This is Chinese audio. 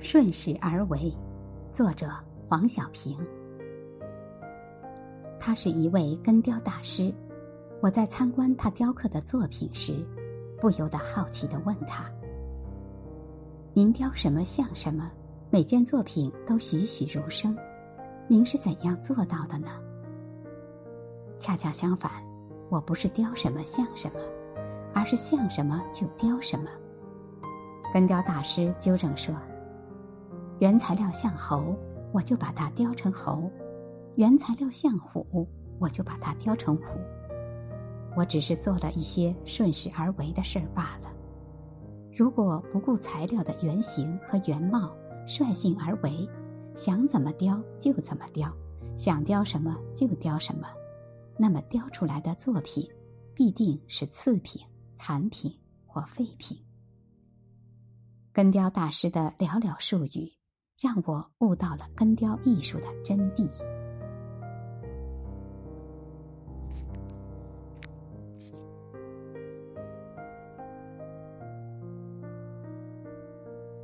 顺势而为，作者黄小平。他是一位根雕大师，我在参观他雕刻的作品时，不由得好奇地问他：您雕什么像什么，每件作品都栩栩如生，您是怎样做到的呢？恰恰相反，我不是雕什么像什么，而是像什么就雕什么。根雕大师纠正说，原材料像猴，我就把它雕成猴；原材料像虎，我就把它雕成虎。我只是做了一些顺势而为的事儿罢了。如果不顾材料的原型和原貌，率性而为，想怎么雕就怎么雕，想雕什么就雕什么，那么雕出来的作品必定是次品、残品或废品。根雕大师的寥寥数语，让我悟到了根雕艺术的真谛。